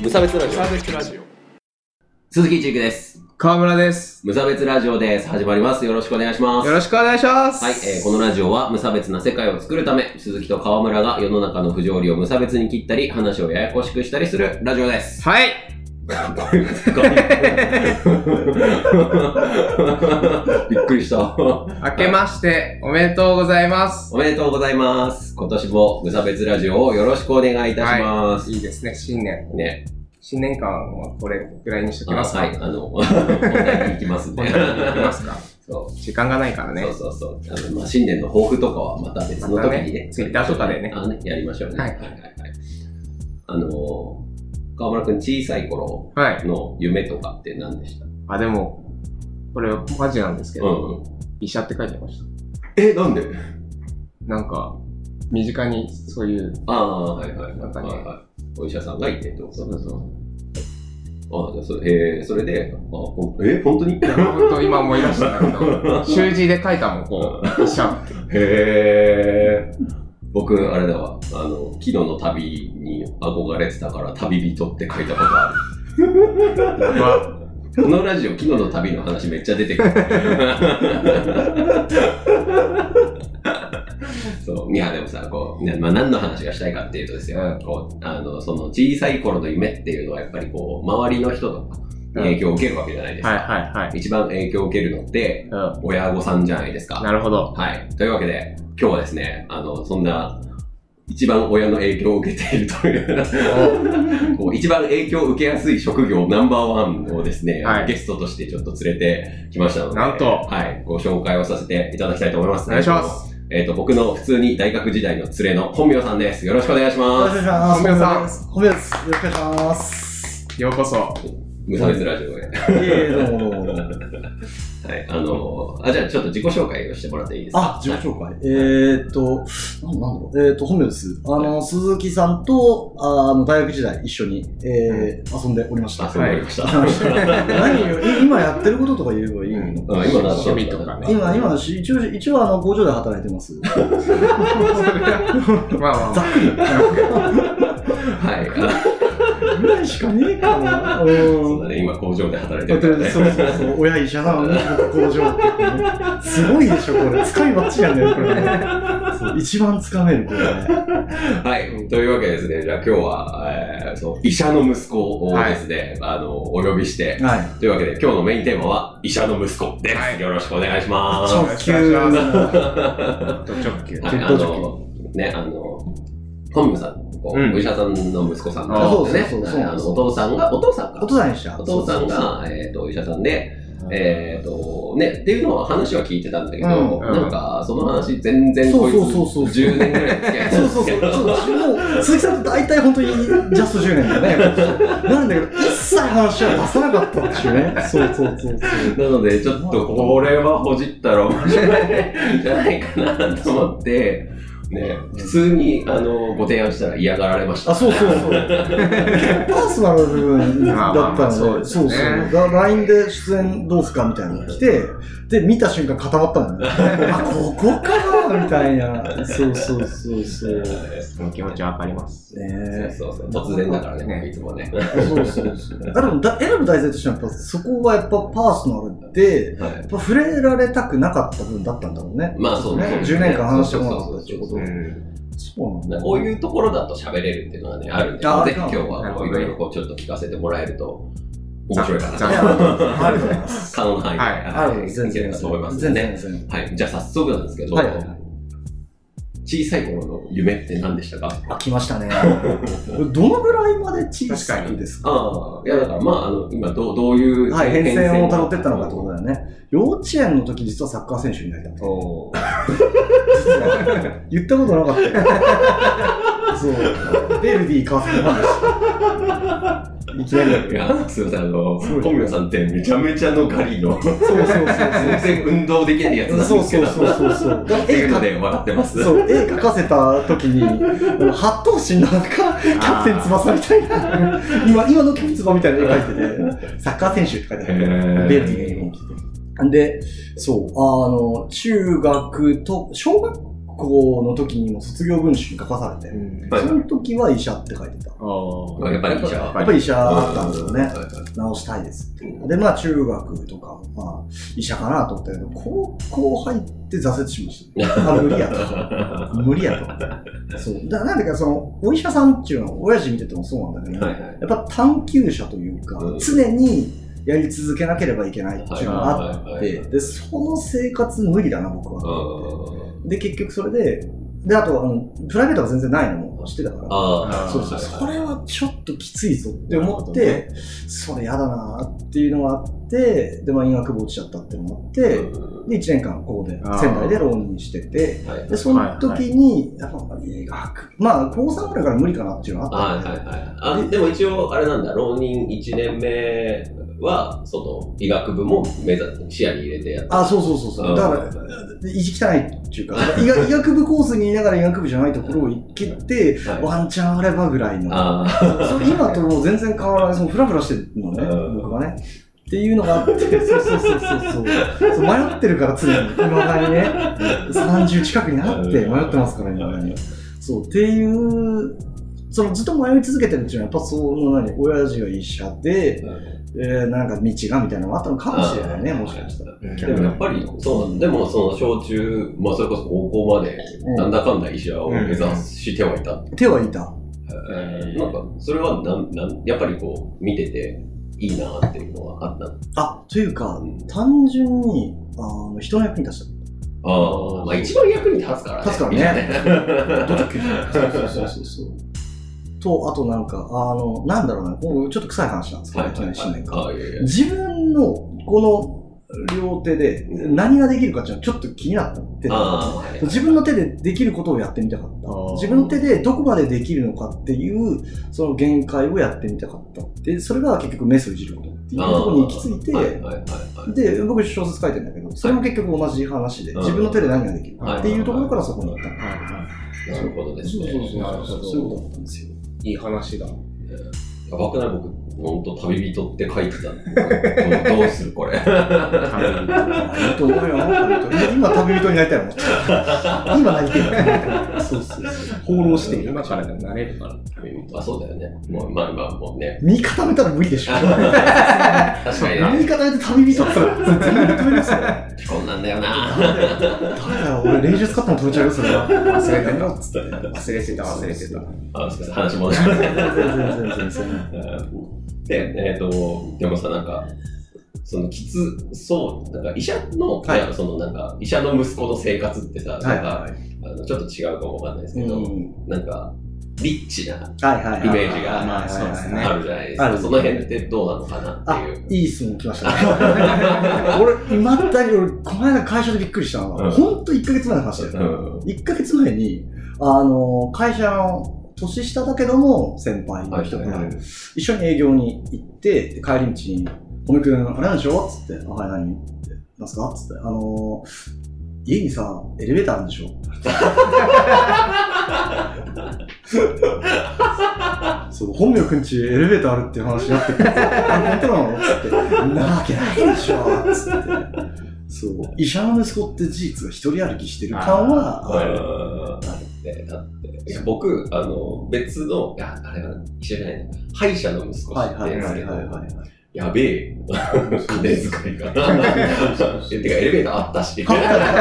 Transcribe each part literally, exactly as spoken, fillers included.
無差別ラジオ。 無差別ラジオ。 鈴木一之です。 川村です。 無差別ラジオです。始まります。よろしくお願いします。 よろしくお願いします。 はい、えー、このラジオは無差別な世界を作るため、鈴木と川村が世の中の不条理を無差別に切ったり、話をややこしくしたりするラジオです。 はい。 びっくりした。 明けましておめでとうございます。 おめでとうございます。今年も無差別ラジオをよろしくお願いいたします。 はい、いいですね、新年。 ね。 新年間はこれぐらいにしときますか。 はい、あの、本題に行きますんで。 本題に行きますか。 そう。 時間がないからね。 そうそうそう。あの、まあ、新年の抱負とかはまた別の時にね。 ツイッターとかでね。 あね、やりましょうね。 はい。 はいはいはい。あの、川村くん小さい頃の夢とかって何でした？ あ、でも、これマジなんですけど、うん、医者って書いてました。 え、なんで？ なんか、身近にそういう。 ああ、はいはい。 なんかね、 はいはい、お医者さんがいてってこと？ そうそう。 ああ、じゃあそれ、えー、それで、あほえ、本当に？ いや、本当今思い出したんだけど、習字で書いたもん、こう、医者って。 へー。僕、あれだわ、あの、昨日の旅に憧れてたから旅人って書いたことある。まあ、このラジオ、昨日の旅の話めっちゃ出てくる。そう、いや、でもさ、こう、ね、まあ、何の話がしたいかっていうとですよ、うん、こう、あの、その小さい頃の夢っていうのはやっぱりこう、周りの人とかに影響を受けるわけじゃないですか。 はいはいはい。 一番影響を受けるのって、うん、親御さんじゃないですか。 なるほど。 はい。というわけで、今日はですね、あの、そんな、一番親の影響を受けているというこう一番影響を受けやすい職業ナンバーワンをですね、はい、ゲストとしてちょっと連れてきましたので、 なんと、 はい、ご紹介をさせていただきたいと思います。 お願いします。 えっと、僕の普通に大学時代の連れの本名さんです。よろしくお願いします。 よろしくお願いします。 本名さん。 本名です。よろしくお願いします。 ようこそ。 無差別ラジオへ。 いえいえ、どうもどうも。 はい、あのー、あ、じゃあちょっと自己紹介をしてもらっていいですか？ あ、自己紹介。はい、えーっと、ななんだろう。えーっと、本名です。あの、鈴木さんと、あの、大学時代一緒に、えー、遊んでおりました。 遊んでおりました。 何よ、今やってることとか言えばいいの？ うん、今何の趣味とかね。 今、今、一応、一応あの、工場で働いてます。 まあまあ。 ざっくり。 はい。 ぐらいしかねえかな。 そうだね、今工場で働いてるからね。 そうそうそう。親医者なのに工場って、ね。すごいでしょ、これ。使いバッチリなんだよ、これね。そう一番つかめる、これね。 はい。というわけでですね、じゃあ今日は、えー、そう医者の息子をですね、はい、あの、お呼びして、はい、というわけで今日のメインテーマは、医者の息子です。はい、よろしくお願いします。 直球。直球。 はい、あの、ね、あの、本名さん。うん、お医者さんの息子さんなんですね。お父さんが、お父さんか。 お父さんでした。 お父さんが、えっと、お医者さんで、えっと、ね、っていうのは話は聞いてたんだけど、なんか、その話全然こいつじゅうねんぐらい付き合いそうそうそう。もう、鈴木さんと大体本当にジャストじゅうねんだよね。なんだけど、一切話は出さなかったっていうね。そうそうそう。 なので、ちょっとこれはほじったら面白いじゃないかなと思って、ね、普通に、あの、ご提案したら嫌がられました。 あ、そうそうそう。パーソナル部分だったので、そうそう。ライン で出演どうすかみたいなのが来て、で、見た瞬間固まったのね。あ、ここかなみたいな。そうそうそうそう。 その気持ちわかります。 ね、そうそうそう。突然だからね、いつもね。 そうそうそう。あ、でも、選ぶ題材としては、やっぱそこはやっぱパーソナルで、やっぱ触れられたくなかった部分だったんだろうね。 まあそうね。 じゅうねんかん話してこなかったっていうこと。 そうなんだ。こういうところだと喋れるっていうのはね、あるんで、ぜひ今日はいろいろこうちょっと聞かせてもらえると面白いかなと。 ありがとうございます。 可能な範囲で。 はい。ある全然と思いますね。 全然。 はい。じゃあ早速なんですけど、小さい頃の夢って何でしたか？ あ、来ましたね。どのぐらいまで小さいですか？ ああ、いやだからまあ、あの、今どう、どういうはい、変遷を辿ってったのかってことだよね。幼稚園の時実はサッカー選手になりたくて。お言ったことなかったよ。そう。ベルディ川崎ファンでした。いきなりだけど。 いや、すいません、あの、本名さんってめちゃめちゃのガリの。そうそうそう。全然運動できないやつなんですけど。そうそうそうそう。っていうので笑ってます。 そう、絵描かせた時に、八頭身のなんか、キャプテン翼みたいな、今、今のキャプテン翼みたいな絵描いてて、サッカー選手って書いてある。ベルディの絵を着て。で、そう、あの、中学と、小学校校の時にも卒業文集に書かされて、うん、その時は医者って書いてた。 あやっぱり医者やっぱり医者だったんですよね。治したいですって。で、まあ中学とか、まあ医者かなと思ったけど、高校入って挫折しました。あ、無理やと。無理やと。そう。だからなんだかその、お医者さんっていうのは、親父見ててもそうなんだけど、はいはい、やっぱ探求者というか、うん、常にやり続けなければいけないっていうのがあって、はいはいはいはい、で、その生活無理だな、僕は。で、結局それで、で、あと、あの、プライベートが全然ないのも知ってたから、あそうそう、それはちょっときついぞって思って、ね、それやだなっていうのがあって、で、まあ、医学部落ちちゃったっていうのがあって、で、いちねんかんここで、仙台で浪人してて、で、その時に、やっぱ医学、まあ、高さんぐらいから無理かなっていうのがあったんで、はいはいはい、あでも一応、あれなんだ、浪人いちねんめは、その、医学部も目指視野に入れてやった。あ、そうそうそうそう。だから、意地汚いっていうか、医学、医学部コースにいながら医学部じゃないところを行けて、はい、ワンチャンあればぐらいの。それ今ともう全然変わらない、そのフラフラしてるのね、僕はね。っていうのがあって、そうそうそうそうそう。迷ってるから常に、今まにね、さんじゅう近くになって迷ってますから、今まに。そう、っていう、そのずっと迷い続けてるっていうのは、やっぱその何、親父が医者で、えー、なんか道がみたいなのがあったのかもしれないね、もしかしたら。 でもやっぱり、そうなんでもその小中、まあそれこそ高校まで、なんだかんだ医者を目指してはいた。 うん、手はいた。 えー、なんか、それはなん、なん、やっぱりこう、見てていいなっていうのはあったの？ あ、というか、うん、単純に、あの、人の役に立つ。 ああ、まあ一番役に立つからね。 立つからね。どっちそうそうそうそう。と、あとなんか、あの、なんだろうな、ちょっと臭い話なんですけど、去年新年か。自分の、この、両手で何ができるかっていうのはちょっと気になったってた。自分の手でできることをやってみたかった。自分の手でどこまでできるのかっていう、その限界をやってみたかった。で、それが結局メスをいじることっていうところに行き着いて、で、僕小説書いてるんだけど、それも結局同じ話で、自分の手で何ができるかっていうところからそこに行った。 なるほどですね。 そうそうそう。なるほど。そういうことだったんですよ。 いい話だ。 やばくない僕、ほんと旅人って書いてたどうするこれ。旅人。どうよ。今旅人になりたいの今なりたいのそうそうそう。放浪して今からでもなれるから。 旅人。あ、そうだよね。もう、まあまあもうね。 身固めたら無理でしょ。確かにね。 身固めて旅人って全然止めますよ。 こんなんだよな。 誰だよ、俺練習使ったの止めちゃうよ、それは。 忘れてた。忘れてた、忘れてた。 あ、すみません、話戻します。全然全然全然。 で、えっ、ー、と、でもさ、なんか、そのきつそう、なんか医者の、はい、そのなんか医者の息子の生活ってさ、なんか、はいはい、あのちょっと違うかもわかんないですけど、うん、なんか、リッチなイメージがあるじゃないですか。その辺ってどうなのかなっていう。 いい質問来ましたね。俺、今だに俺、この間会社でびっくりしたのは、うん、ほんといっかげつまえの話だよ、うん。いっかげつまえに、あの、会社の年下だけども先輩の人が一緒に営業に行って、帰り道に、小見くん、あれなんでしょつって、あ、はい、何って、なんすかつって、あの、家にさ、エレベーターあるんでしょそう、本名くんちエレベーターあるっていう話になってくる。本当なのつって、なわけないでしょつって。そう、医者の息子って事実が一人歩きしてる感はある。 ある。だって、いや僕、あの、別の、いや、あれは医者じゃないな、歯医者の息子知ってるんですけど、やべえ、金遣いが。てか、エレベーターあったし。さ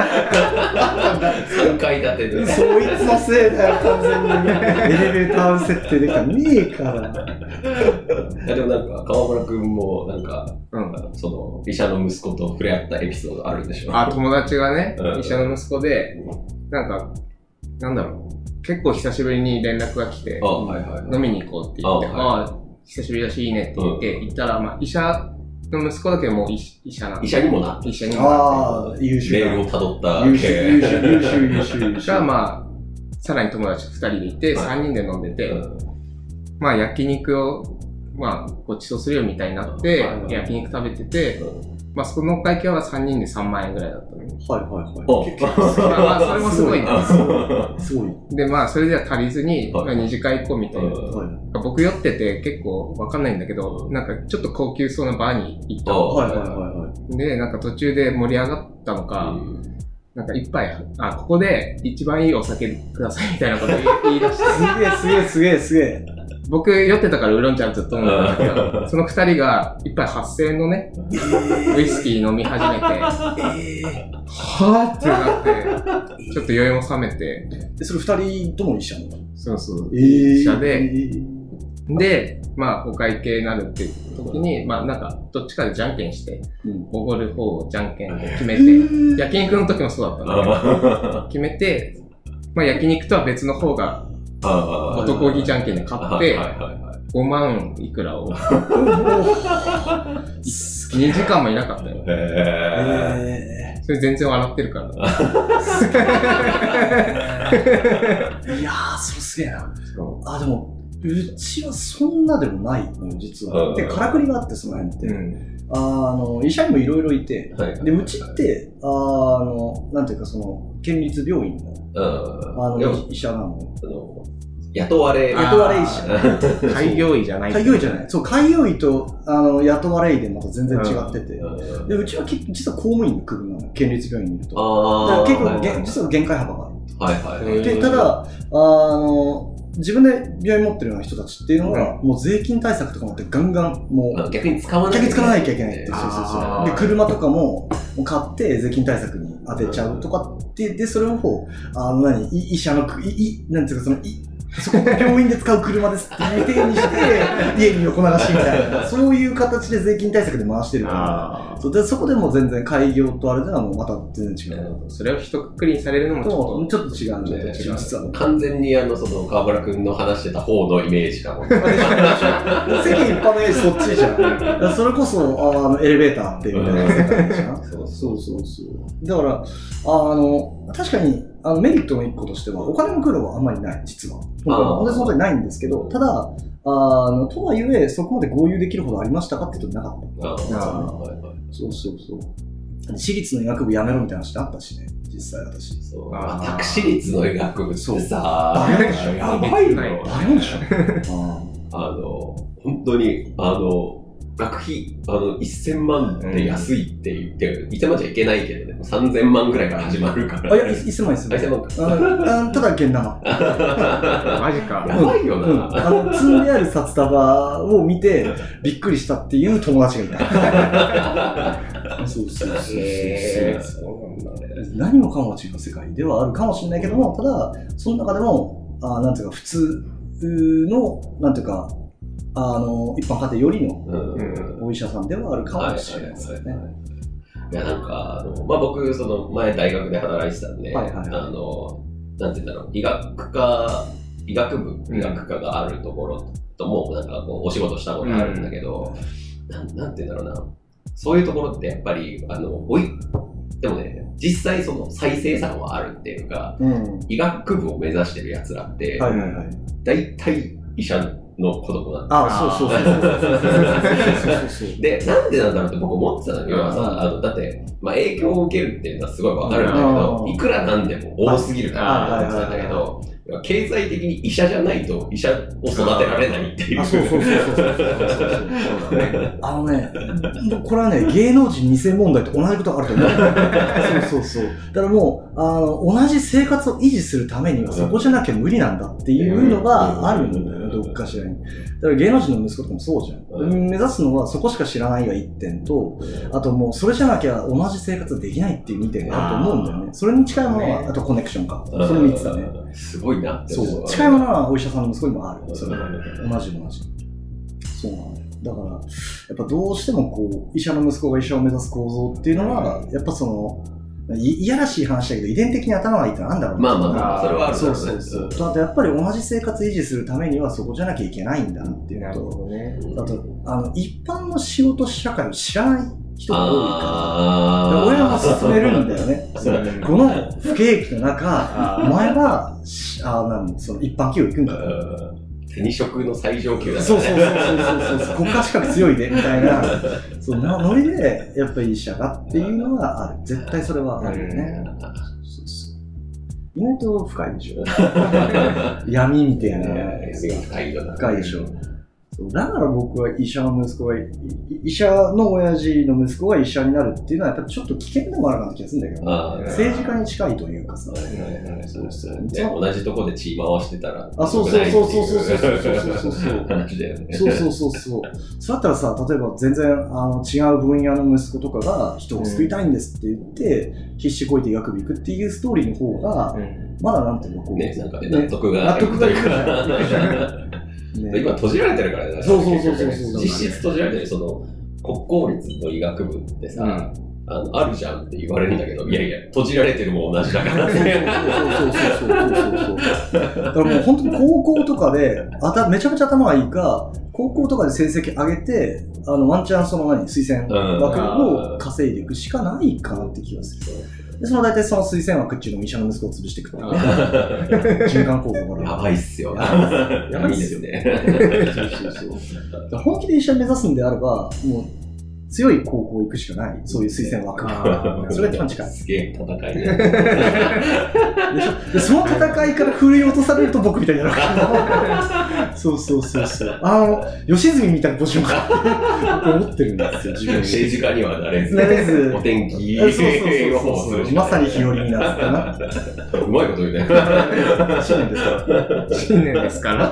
んかい建てで。 そいつのせいだよ、完全に。エレベーター設定できたらねえから。 いや、でもなんか、川村くんも、なんか、うん、その、医者の息子と触れ合ったエピソードあるんでしょ？ あ、友達がね、うん、医者の息子で、なんか、なんだろう、結構久しぶりに連絡が来て、 あ、はいはいはい、 飲みに行こうって言って、あ、はいあ久しぶりだしいいねって言って、行ったら、まあ、医者の息子だけどもう医者なんで。 医者にもな。 医者にもな。 ああ、優秀。 レールを辿った。 優秀、優秀、優秀、優秀、優秀。 が、まあ、さらに友達ふたりでいて、さんにんで飲んでて、まあ、焼肉を、まあ、ごちそうするよみたいになって、焼肉食べてて、まあ、その会計はさんにんでさんまんえんぐらいだったのに。 はいはいはい。 まあ、それもすごいね。 すごい。 で、まあ、それでは足りずに、まあ、二次会行こうみたいな。僕酔ってて結構わかんないんだけど、なんかちょっと高級そうなバーに行ったの。 はいはいはいはい。 で、なんか途中で盛り上がったのか、 なんか一杯、あ、ここで一番いいお酒くださいみたいなこと言い出して。 すげえすげえすげえすげえ。僕酔ってたからウーロン茶ずっと飲んだんだけど、その二人が一杯はっせんえんのね、ウイスキー飲み始めて、えー、はぁってなって、ちょっと酔いも冷めて。 で、それ二人とも一緒なの？ そうそう。 えー、 一緒で、えー、で、まあお会計になるって時に、まあなんかどっちかでじゃんけんして、おご、うん、る方をじゃんけんで決めて、えー、焼肉の時もそうだったんだけど、決めて、まあ焼肉とは別の方が、男気じゃんけんで買って、ごまんいくらを。にじかんもいなかったよ。へー。それ全然笑ってるから。 いやー、それすげえな。あ、でも、うちはそんなでもないのよ、実は。で、からくりがあって、その辺って。うん、あの、医者にもいろいろいて、はい、で、うちって、あの、なんていうか、その、県立病院の、あの、医者なの。 雇われ。 雇われ医者。 開業医じゃない。 開業医じゃない。そう、開業医と、あの、雇われ医でまた全然違ってて。うん、で、うちは実は公務員の区分なの。県立病院にいると。ああ。結構、はいはい、実は限界幅がある。 はいはい。 で、ただ、あの、自分で病院持ってるような人たちっていうのは、うん、もう税金対策とかもあってガンガンもう、 逆に使わなきゃいけない。逆に使わなきゃいけないって。そうそうそう。で、車とかも買って税金対策に当てちゃうとかって、で、それをこう、あの、何、医者の、い、い、なんていうか、その、い、そこ病院で使う車ですっていう体にして、家に横流しみたいな、そういう形で税金対策で回してるから、そうでそこでも全然開業とあれではもうまた全然違う。 それを一括りにされるのもちょっと、 ちょっと違うんで、 実は。完全にあの、その、川村くんの話してた方のイメージだもん。世間一般のイメージそっちじゃん。それこそ、あの、エレベーターっていうみたいな世界じゃん。そうそうそうそう。だから、あの、確かに、あのメリットの一個としては、お金の苦労はあんまりない、実は。本当にその通りないんですけど、ただ、あの、とはいえ、そこまで合流できるほどありましたかって言うとなかった。ああ、はいはい。そうそうそう。私立の医学部やめろみたいな話あったしね、実際私。 そう。私立の医学部ってさ、 あれでしょ、 やばいの。 あれでしょ。 あの、本当に、あの、学費、あの、せんまんって安いって言って、いちまんじゃいけないけどね、さんぜんまんぐらいから始まるから、 ね。あ、いや、せんまんですね。 せんまんか。 ただ、現生。 マジか。 やばいよな。うんうん、 あの、積んである札束を見て、びっくりしたっていう友達がいた。そうそうそうそう。何もかも違う世界ではあるかもしれないけども、ただ、その中でも、あなんていうか、普通の、なんていうか、あの、一般家庭よりのお医者さんではあるかもしれないですね。 いや、なんか、あの、まあ、僕、その、前大学で働いてたんで、はいはいはい、あの、なんて言うんだろう、医学科、医学部、医学科があるところとも、なんかこう、お仕事したことあるんだけど、うん、なん、なんて言うんだろうな、そういうところってやっぱり、あの、おい、でもね、実際その再生産はあるっていうか、うん、医学部を目指してる奴らって、はいはいはい、大体医者の子供なんです。 ああ、そうそうそうそう。で、なんでなんだろうって僕思ってたんだけどさ、あの、だって、まあ影響を受けるっていうのはすごいわかるんだけど、いくらなんでも多すぎるからって思ってたんだけど、経済的に医者じゃないと医者を育てられないっていう。 あ、そうそうそうそうそう。あのね、これはね、芸能人二世問題と同じことがあると思う。そうそうそう。だからもう、あの、同じ生活を維持するためにはそこじゃなきゃ無理なんだっていうのがあるんだよね、どっかしらに。だから芸能人の息子とかもそうじゃん。目指すのはそこしか知らないが一点と、あともうそれじゃなきゃ同じ生活できないっていう二点があると思うんだよね。それに近いものは、あとコネクションか。その三つだね。 すごいなって。 そう。近いものはお医者さんの息子にもある。それは同じ同じ。そうなんだよ。だから、やっぱどうしてもこう、医者の息子が医者を目指す構造っていうのは、やっぱその、い, いやらしい話だけど、遺伝的に頭がいいってなんだろうまあまあまあ、それはあるそうそうそう。あとやっぱり同じ生活維持するためにはそこじゃなきゃいけないんだっていうと、ね、あと、あの、一般の仕事社会を知らない人が多いから、俺らも進めるんだよね。この不景気の中、お前は、あなんその一般企業行くんかと。 手に職の最上級だからね。 そうそうそうそうそう。国家資格強いで、みたいな。そんなノリで、やっぱり医者がっていうのはある。絶対それはあるよね。意外と深いでしょ。闇みたいな。 闇が深いよな。 深いでしょ。 そうだから僕は医者の息子が、医者の親父の息子が医者になるっていうのはやっぱちょっと危険でもあるかな気がするんだけど、あ政治家に近いというかさ。 そうそう。同じとこで血回してたら。 あ、そうそうそうそうそうそうそうそう。 話だよね。 そうそうそうそう。そうだったらさ、例えば全然あの違う分野の息子とかが人を救いたいんですって言って、うん、必死こいて医学部行くっていうストーリーの方が、うん、まだなんていうのこう。 ね、なんかね、納得が。 納得がいくから。 ね、今閉じられてるからね。 そうそうそうそうそう。 実質閉じられてる、その、国公立の医学部ってさ、うん、あの、あるじゃんって言われるんだけど、いやいや、閉じられてるも同じだからね。 そうそうそうそうそう。だからもう本当に高校とかで、あた、めちゃめちゃ頭がいいか、高校とかで成績上げて、あの、ワンチャンその何、推薦枠を稼いでいくしかないかなって気がする。で、その大体その推薦枠っていうのを医者の息子を潰していくとかね。循環構造から。 やばいっすよ。 やばいっすよね。そうそうそう。本気で医者目指すんであれば、もう強い高校行くしかない。そういう推薦枠。それが一番近い。 すげえ戦いね。 でその戦いから振り落とされると僕みたいになるから。そうそうそうそう。あの、吉住みたいなポジションかって思ってるんですよ、自分。 政治家にはなれず。 なれず。 お天気予報する。まさに日和になってな。 うまいこと言うね。 新年ですから。 新年ですから。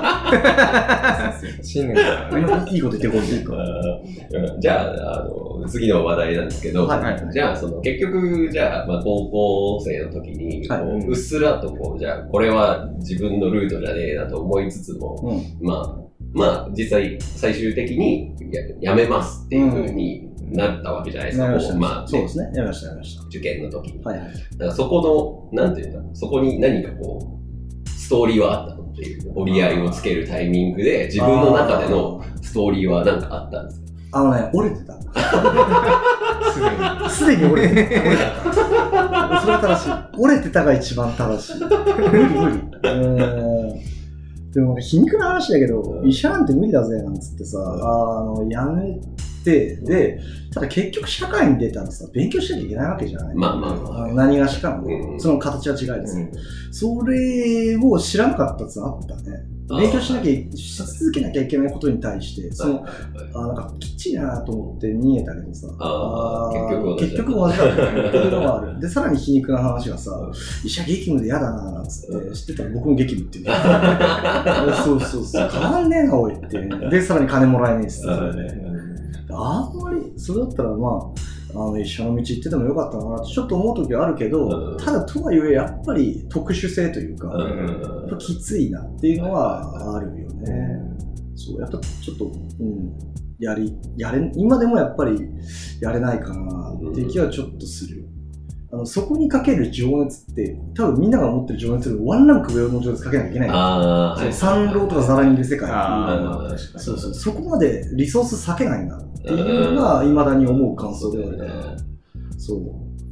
新年ですからね。 いいこと言ってこいいか。 じゃあ、あの、次の話題なんですけど、はいはいはい、じゃあ、その、結局、じゃあ、まあ、高校生の時に、こう、はい、うっすらとこう、じゃあ、これは自分のルートじゃねえなと思いつつも、うん、まあ、まあ、実際、最終的にや、やめますっていう風になったわけじゃないですか。 うん、まあ、そうですね。やめました、やめました。 受験の時に。 はいはい。 だからそこの、なんていうんだろう、そこに何かこう、ストーリーはあったのっていう、折り合いをつけるタイミングで、自分の中でのストーリーは何かあったんですか？ あのね、折れてた。すでに。すでに折れてた。折れてた。それは正しい。折れてたが一番正しい。無理無理。でも、皮肉な話だけど、医者なんて無理だぜ、なんつってさ、あの、やめて、で、ただ結局社会に出たらさ、勉強しなきゃいけないわけじゃない。 まあまあまあ。 何がしかの、うん、その形は違いです、うん。それを知らなかったやつあったね。勉強しなきゃ、し続けなきゃいけないことに対して、その、あなんかきっちりなと思って逃げたけどさ、 ああ結局同じだったっていうのがある。で、さらに皮肉な話がさ、医者激務で嫌だなーつって、知ってたら僕も激務って言う。そうそうそう、変わんねえな、おいって。で、さらに金もらえねえっす。あんまり、それだったらまあ、あの医者の道行っててもよかったなってちょっと思う時はあるけど、ただとはいえやっぱり特殊性というか、やっぱきついなっていうのはあるよね。そう、やっぱちょっと、うん、やり、やれ、今でもやっぱりやれないかなっていう気はちょっとする。あのそこにかける情熱って多分みんなが思ってる情熱よりワンランク上の情熱かけなきゃいけない。ああ、三浪とかザラにいる世界っていうのは、そうそう、そこまでリソース割けないなっていうのが未だに思う感想であるから、そう、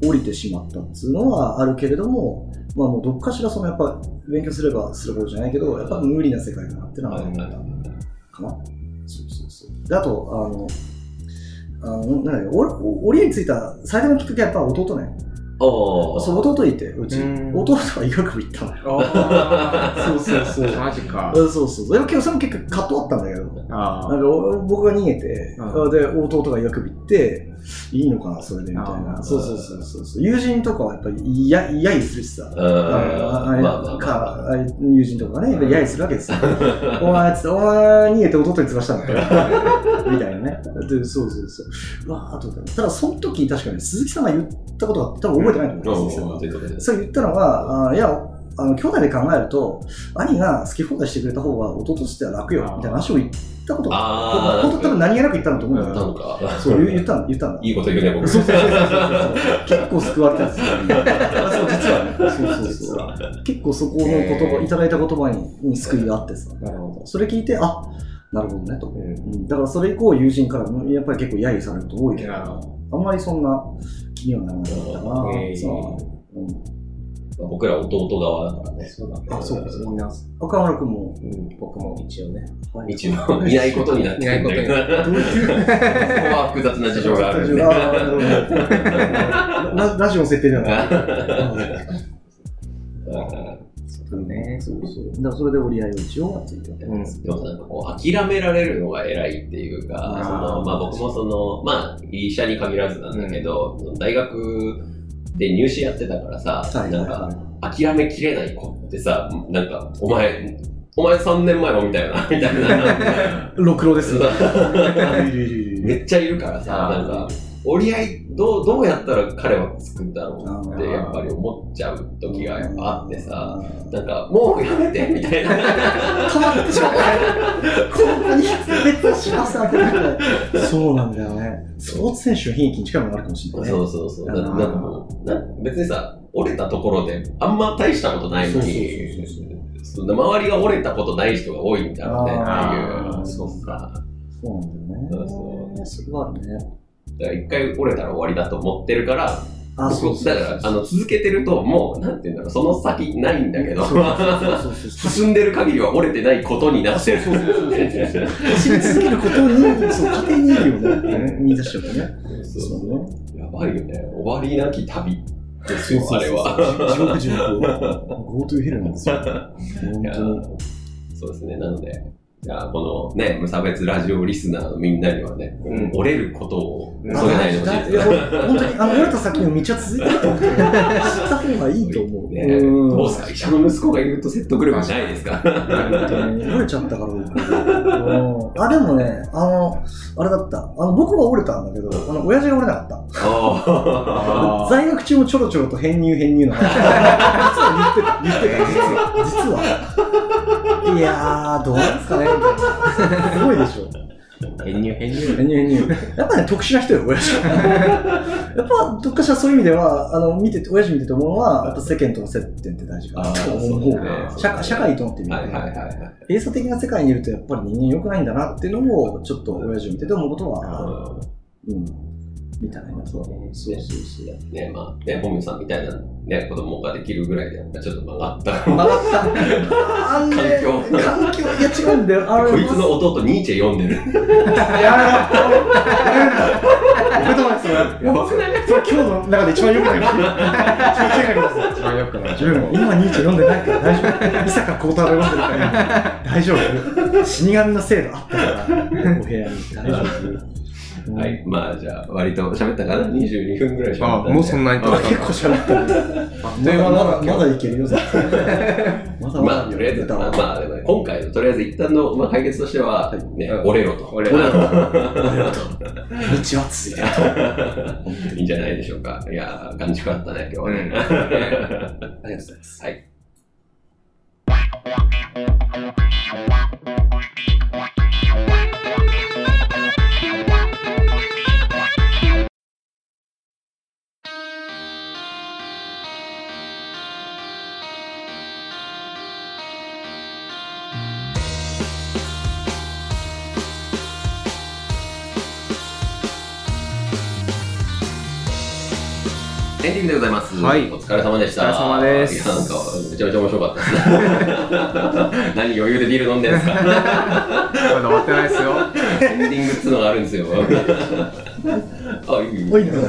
降りてしまったっていうのはあるけれども、まあもうどっかしらそのやっぱ勉強すればするほどじゃないけど、やっぱ無理な世界だなっていうのは思ったかな。そうそうそう。で、あと、あの、あの、なんだよ、降りについた最大のきっかけはやっぱ弟ね。そう、弟いて、うち。弟が医学部行ったのよ。そうそうそう。 マジか。 そうそう。でも結構それも結構葛藤あったんだけど。なんか僕が逃げて、で、弟が医学部行って、いいのかな、それでみたいな。そうそうそうそう。友人とかはやっぱり嫌にするしさ。友人とかがね、嫌にするわけですよ。お前、つって、お前逃げて弟に継がしたんだから。みたいなね。で、そうそうそう。うわーっと。ただ、その時に確かに鈴木さんが言ったことが多分覚えてないと思うんですよ。そう言ったのが、あいや、あの兄弟で考えると、兄が好き放題してくれた方が弟としては楽よ、みたいな話を言ったことが、本当多分何気なく言ったんだと思うんだけど、そう言ったんだ、言ったんだ。 いいこと言うね、僕。 そうそうそうそう。結構救われたんですよ。そう、実はね。そうそうそう。結構そこの言葉、いただいた言葉に救いがあってさ。なるほど。それ聞いて、あ、なるほどね、と。だからそれ以降、友人からもやっぱり結構揶揄されること多いけど、あんまりそんな気にはならなかったな。 僕ら弟側だからね。 そうだね。 あ、そうです。みんな。岡村くんも、 うん、僕も一応ね。 一応、いないことになってるんだけど。そこは複雑な事情があるんで。 ラジオの設定ではない。 そうね。そうそう。だからそれで折り合いを一応はついてる。 うん。でもなんかこう、諦められるのが偉いっていうか、その、まあ僕もその、まあ医者に限らずなんだけど、うん、大学で入試やってたからさ、はい、なんか、諦めきれない子ってさ、なんか、お前、お前さんねんまえもみたいな、みたいな。 ろくろですよ。 めっちゃいるからさ、なんか、折り合い、どう、どうやったら彼はつくんだろうってやっぱり思っちゃう時がやっぱあってさ、なんか、もうやめてみたいな。 止まってしまう。ここに別しますそうなんだよね。スポーツ選手の悲劇に近いものがあるかもしれないね。 そうそうそう。なんかもうな、別にさ、折れたところであんま大したことないのに、そんな周りが折れたことない人が多いんだろうねっていう。 そうか。そうなんだよね。そうそう。それはあるね。 だから一回折れたら終わりだと思ってるから、 あそうそうそうだからあの続けてるともうなんていうんだろう、その先ないんだけど、進んでる限りは折れてないことになってる。 そうそうそうそう。走り続けることに、そう過程にいるよね。見出しちゃうとね。 そうそうね。やばいよね。終わりなき旅ですよ、あれは。 地獄地獄。ゴートゥーヘルなんですよ。本当に。 そうですね。なので。じゃあ、このね、無差別ラジオリスナーのみんなにはね、うん、折れることを恐れないでほしいです。 本当に、あの、折れた先の道は続いてると思って、知った方がいいと思う。 ね、どうですか、医者の息子が言うと説得力ないですか。 折れちゃったから僕。あ、でもね、あの、あれだった。あの、僕が折れたんだけど、あの、親父が折れなかった。在学中もちょろちょろと編入編入の話。実は言ってた、言ってた、実は。実は。いやー、どうなんですかね。すごいでしょ。 編入編入編入編入。やっぱね、特殊な人よ、親父。やっぱ、どっかしらそういう意味では、あの、見てて、親父見てて思うのは、やっぱ世間との接点って大事かなと思う。社, 社会とのってみると、閉鎖的な世界にいると、やっぱり人間良くないんだなっていうのを、ちょっと親父を見てて思うことは、うん。みたいな。そうそうそう。 ね、まあ、ね、本名さんみたいなね、子供ができるぐらいで、やっぱちょっと曲がった。 曲がった。環境。環境。いや、違うんだよ。 こいつの弟、ニーチェ読んでる。やめろ。やめろ。 それ、今日の中で一番良くない。一番良くない。今ニーチェ読んでないから大丈夫。伊坂幸太郎読んでるから大丈夫。死神の制度あったから、お部屋に大丈夫。 はい。まあ、じゃあ、割と喋ったかな ?にじゅうに 分ぐらい喋った。あ、 もうそんなに。 結構喋った。あっという間だ。まだいけるよ、 まだまだ、とりあえず、まあ、まあ、今回のとりあえず一旦の解決としては、ね、折れろと。 折れろと。折れろと。道は続いてると。 いいんじゃないでしょうか。いやー、感じ変わったね、今日はね。 ありがとうございます。 はい。エンディングでございます。はい。お疲れ様でした。 お疲れ様です。 いや、なんか、めちゃめちゃ面白かったですね。何余裕でビール飲んでるんですか。 まだ終わってないですよ。 エンディングっつうのがあるんですよ。あ、いい。 いいね。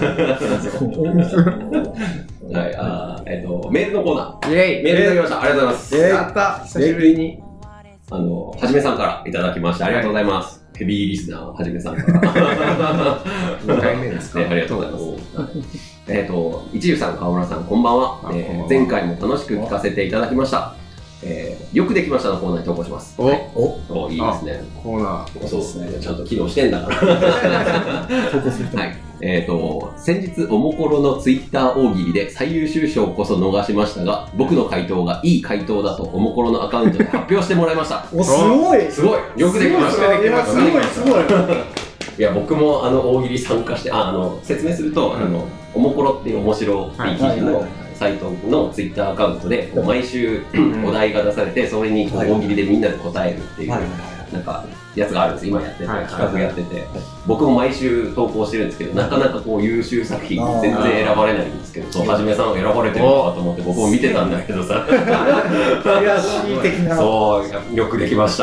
はい、あえっと、メールのコーナー。 イェイ。 メールいただきました。ありがとうございます。 やった。久しぶりに。 あの、はじめさんからいただきました。ありがとうございます。ヘビーリスナー、はじめさんから。 にかいめですか。 ありがとうございます。えっと、一流さん、川村さん、こんばんは。えー、前回も楽しく聞かせていただきました。えー、よくできましたのコーナーに投稿します。 お、 はい、お、いいですね。 コーナー。 そうですね。ちゃんと機能してんだから。 投稿する人。 はい。えっと、先日、おもころのツイッター大喜利で最優秀賞こそ逃しましたが、僕の回答がいい回答だとおもころのアカウントで発表してもらいました。 お、すごいすごいよくできました。 いや、すごい、すごい。 いや、僕もあの大喜利参加して、あ、あの、説明すると、あの、おもころっていう面白い記事のサイトのツイッターアカウントで、毎週お題が出されて、それに大喜利でみんなで答えるっていうなんかやつがあるんです。今やってて、企画やってて、僕も毎週投稿してるんですけど、なかなかこう優秀作品全然選ばれないんですけど、そうはじめさん選ばれてるのかと思って僕も見てたんだけどさ、 悔しい的な。 そうよくできました。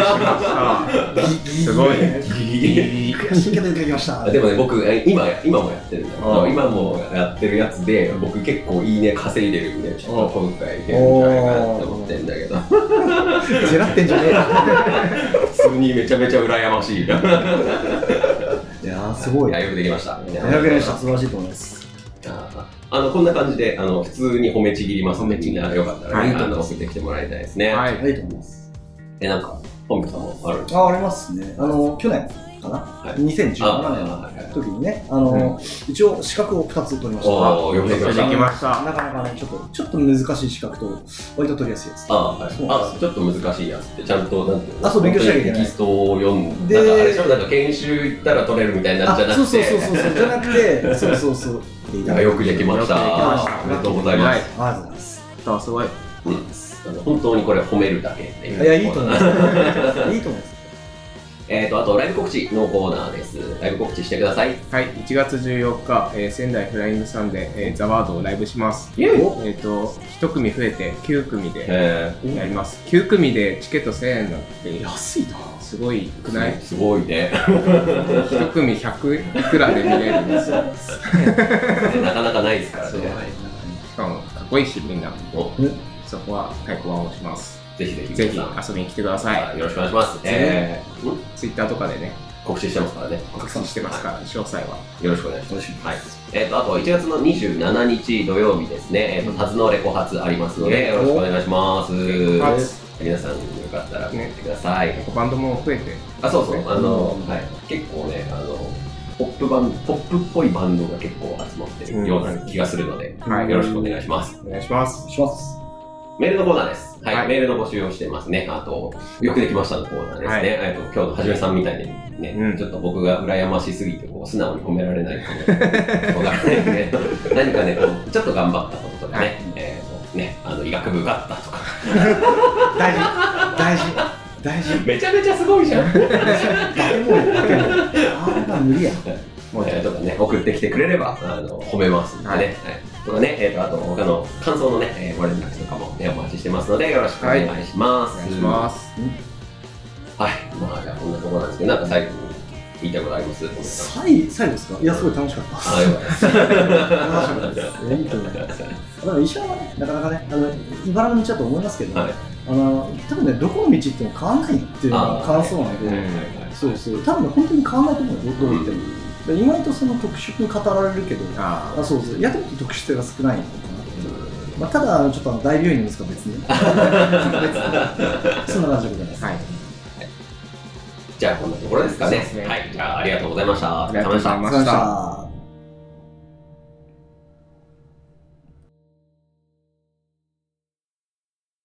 すごい悔しいけどよくできました。 でもね、僕今今もやってるんだけど、今もやってるやつで僕結構いいね稼いでるんで、ちょっと今回いけるんじゃないかなって思ってるんだけど。 ジェラってんじゃねえよ。 普通にめちゃめちゃ羨ましい。いやーすごい。 いやよくできました。 よくできました。素晴らしいと思います。 あのこんな感じであの普通に褒めちぎりますので、みんなよかったらね、あの送ってきてもらいたいですね。 はい、いいと思います。 えなんか本部さんもあるんですか？ あありますね。あの去年かな、にせんじゅうななねんの時にね、あの一応資格をふたつ取りました。 おおよくできました。 なかなかねちょっとちょっと難しい資格と割と取りやすいやつ。 あはい。あちょっと難しいやつってちゃんとなんていうの？ あそう勉強しなきゃいけない。 テキストを読んで、なんかあれでしょ、なんか研修行ったら取れるみたいなじゃなくて、 そうそうそうそうじゃなくて、そうそうそう。 いやよくできました。おめでとうございます。 ありがとうございます。 あすごい。 うん。本当にこれ褒めるだけっていう。 いやいいと思います。いいと思います。 えーと、あとライブ告知のコーナーです。ライブ告知してください。 はい、いちがつじゅうよっか、えー、仙台フライングサンで、えー、ザワードをライブします。えー、えーと、いち組増えてきゅう組でやります。きゅう組でチケットせんえんなんて安いな。 すごいくない？ すごいね。 いち組ひゃくいくらで見れるんですよ。 なかなかないですからね。 しかもかっこいいし、みんな。そこは太鼓判をします。 ぜひぜひぜひ遊びに来てください。 よろしくお願いします。 えー、ツイッターとかでね告知してますからね。 告知してますから、詳細はよろしくお願いします。はい。えっとあといちがつのにじゅうしちにち土曜日ですね。えっとタズのレコ発ありますのでよろしくお願いします。皆さんよかったら見てください。 バンドも増えて。 あそうそうあのはい結構ねあのポップバンポップっぽいバンドが結構集まってるような気がするのでよろしくお願いします。 お願いします。 します。 メールのコーナーです。はい、はい、メールの募集をしてますね。あと、よくできましたのコーナーですね。はい、えっと今日のはじめさんみたいにね、うん、ちょっと僕が羨ましすぎてこう素直に褒められないかもわからないので、何かねこうちょっと頑張ったこととかね、はい、えー、とねあの医学部受かったとか大事大事大事めちゃめちゃすごいじゃん。 化け物化け物あれは無理や。 もうえー、とかね送ってきてくれればあの褒めますんでね。はいはいとかね、えーと、あと他の感想のね、えー、ご連絡とかも、ね、お待ちしてますのでよろしくお願いします。 はい、お願いします。 はい、まあじゃあこんなところなんですけど、なんか最後に言いたいことあります？ 最最後ですか？いやすごい楽しかった。 あ、よかったです。 いいと思います。でも医者はね、なかなかね、あの茨の道だと思いますけど、はい、あの多分ねどこの道行っても変わんないっていうのが感想なので、そうそう、多分ね本当に変わんないと思うよ。どこ行っても。意外とその特殊に語られるけど、ああそうそう、やってみると特殊性が少ないのかな。まあ、ただちょっと大病院の息子は別にそんな感じでございます。はい。 じゃあこんなところですかね。 ねはい、じゃあありがとうございました。 ありがとうございました。